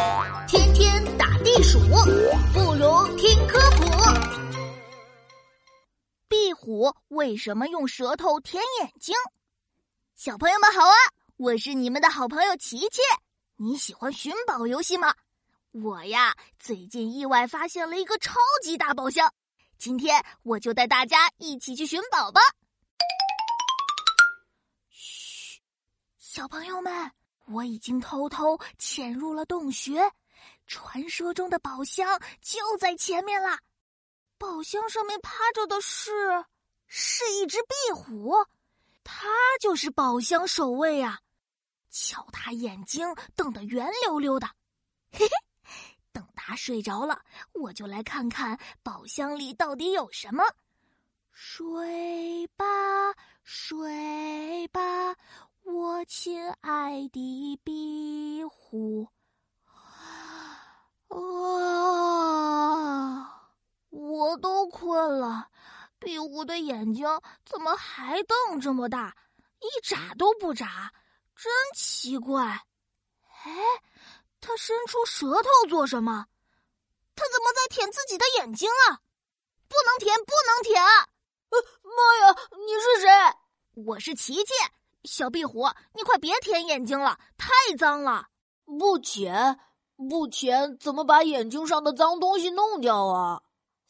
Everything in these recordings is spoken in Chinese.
天天打地鼠，不如听科普。壁虎为什么用舌头舔眼睛？小朋友们好啊，我是你们的好朋友琪琪。你喜欢寻宝游戏吗？我呀，最近意外发现了一个超级大宝箱，今天我就带大家一起去寻宝吧。嘘，小朋友们，我已经偷偷潜入了洞穴，传说中的宝箱就在前面啦。宝箱上面趴着的是一只壁虎，它就是宝箱守卫啊。瞧它眼睛瞪得圆溜溜的，嘿嘿。等它睡着了，我就来看看宝箱里到底有什么。睡吧，睡吧，我亲爱的壁虎。我都困了，壁虎的眼睛怎么还瞪这么大，一眨都不眨，真奇怪。哎，它伸出舌头做什么？它怎么在舔自己的眼睛啊？不能舔，不能舔！ 妈呀，你是谁？ 我是琪琪。小壁虎，你快别舔眼睛了，太脏了。 不舔，怎么把眼睛上的脏东西弄掉啊？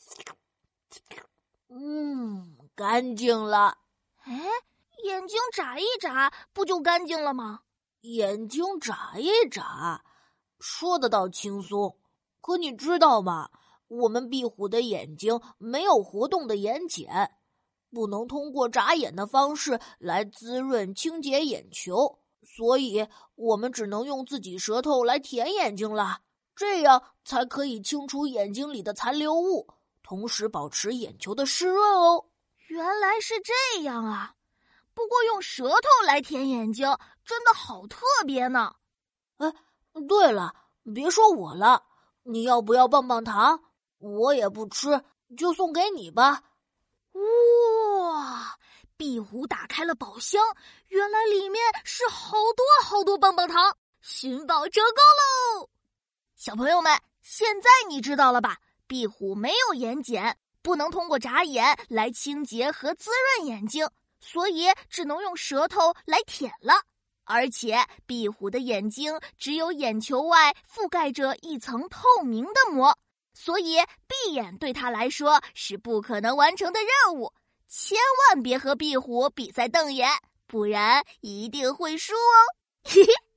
干净了。 哎，眼睛眨一眨，不就干净了吗？ 眼睛眨一眨，说得倒轻松。可你知道吗？我们壁虎的眼睛没有活动的眼睑，不能通过眨眼的方式来滋润清洁眼球，所以我们只能用自己舌头来舔眼睛了，这样才可以清除眼睛里的残留物，同时保持眼球的湿润哦。 原来是这样啊！不过用舌头来舔眼睛真的好特别呢。 哎，对了，别说我了，你要不要棒棒糖？我也不吃，就送给你吧。 哇！壁虎打开了宝箱，原来里面是好多好多棒棒糖，寻宝成功喽！小朋友们，现在你知道了吧？壁虎没有眼睑，不能通过眨眼来清洁和滋润眼睛，所以只能用舌头来舔了。而且壁虎的眼睛只有眼球外覆盖着一层透明的膜，所以闭眼对它来说是不可能完成的任务。千万别和壁虎比赛瞪眼，不然一定会输哦。嘿嘿。